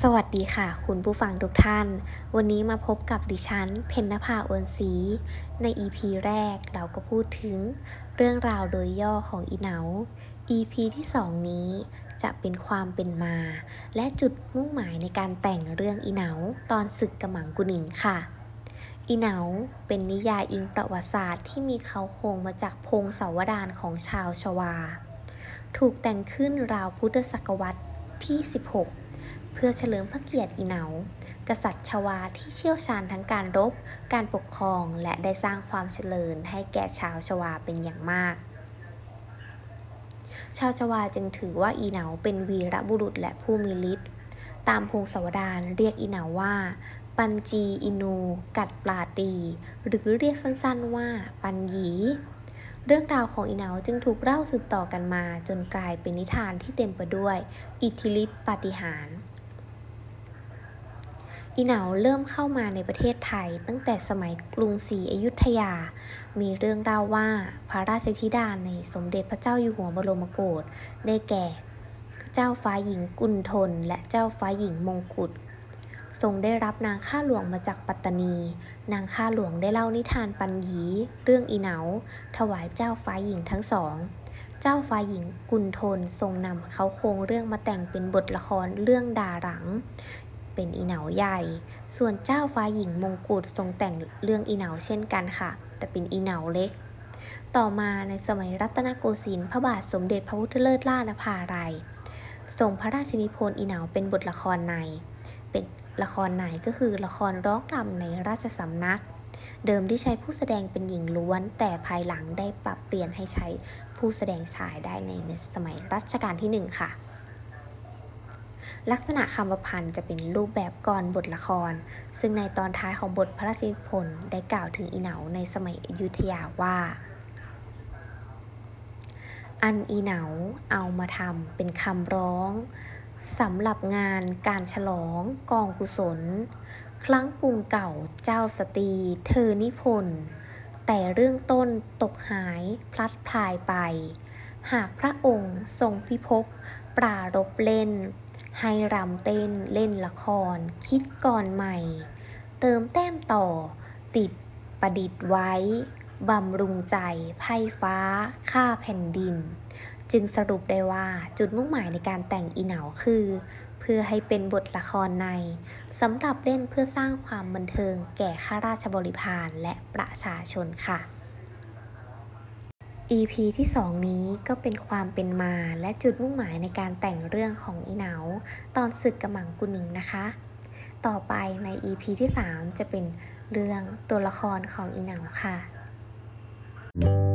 สวัสดีค่ะคุณผู้ฟังทุกท่านวันนี้มาพบกับดิฉันเพ็ญนภา อวนศรีใน EP แรกเราก็พูดถึงเรื่องราวโดยย่อของอีเหนา EP ที่2นี้จะเป็นความเป็นมาและจุดมุ่งหมายในการแต่งเรื่องอีเหนาตอนศึกกำมังกุนิงค่ะอีเหนาเป็นนิยายอิงประวัติศาสตร์ที่มีเค้าโครงมาจากพงศาวดารของชาวชวาถูกแต่งขึ้นราวพุทธศตวรรษที่16เพื่อเฉลิมพระเกียรติอีเหนากษัตริย์ชวาที่เชี่ยวชาญทั้งการรบการปกครองและได้สร้างความเจริญให้แก่ชาวชวาเป็นอย่างมากชาวชวาจึงถือว่าอีเหนาเป็นวีรบุรุษและผู้มีฤทธิ์ตามพงศาวดารเรียกอีเหนาว่าปัญจีอินูกัดปลาตีหรือเรียกสั้นๆว่าปัญญีเรื่องราวของอีเหนาจึงถูกเล่าสืบต่อกันมาจนกลายเป็นนิทานที่เต็มไปด้วยอิทธิฤทธิปาฏิหาริย์อีเหนาเริ่มเข้ามาในประเทศไทยตั้งแต่สมัยกรุงศรีอยุธยา มีเรื่องเล่าว่าพระราชธิดาในสมเด็จพระเจ้าอยู่หัวบรมโกศได้แก่เจ้าฟ้าหญิงกุณฑลและเจ้าฟ้าหญิงมงกุฎทรงได้รับนางข้าหลวงมาจากปัตตานีนางข้าหลวงได้เล่านิทานปัญญีเรื่องอีเหนาถวายเจ้าฟ้าหญิงทั้งสองเจ้าฟ้าหญิงกุณฑลทรงนำเขาโครงเรื่องมาแต่งเป็นบทละครเรื่องดาหลังเป็นอีเหนาใหญ่ส่วนเจ้าฟ้าหญิงมงกุฎทรงแต่งเรื่องอีเหนาเช่นกันค่ะแต่เป็นอีเหนาเล็กต่อมาในสมัยรัตนโกสินทร์พระบาทสมเด็จพระพุทธเลิศล่านภาลัยทรงพระราชนิพนธ์อีเหนาเป็นบทละครในเป็นละครในก็คือละครร้องรำในราชสำนักเดิมที่ใช้ผู้แสดงเป็นหญิงล้วนแต่ภายหลังได้ปรับเปลี่ยนให้ใช้ผู้แสดงชายได้ในสมัยรัชกาลที่1ค่ะลักษณะคำประพันธ์จะเป็นรูปแบบกลอนบทละครซึ่งในตอนท้ายของบทพระราชนิพนธ์ได้กล่าวถึงอีเหนาในสมัยอยุธยาว่าอันอีเหนาเอามาทำเป็นคำร้องสำหรับงานการฉลองกองกุศลครั้งกรุงเก่าเจ้าสตรีเธอนิพนธ์แต่เรื่องต้นตกหายพลัดพรายไปหากพระองค์ทรงพิภพปรารภเล่นให้รำเต้นเล่นละครคิดก่อนใหม่เติมแต้มต่อติดประดิษฐ์ไว้บำรุงใจไพร่ฟ้าข้าแผ่นดินจึงสรุปได้ว่าจุดมุ่งหมายในการแต่งอีเหนาคือเพื่อให้เป็นบทละครในสำหรับเล่นเพื่อสร้างความบันเทิงแก่ข้าราชบริพารและประชาชนค่ะ EP ที่2นี้ก็เป็นความเป็นมาและจุดมุ่งหมายในการแต่งเรื่องของอีเหนาตอนศึกกำมังกุนิงนะคะต่อไปใน EP ที่3จะเป็นเรื่องตัวละครของอีเหนาค่ะ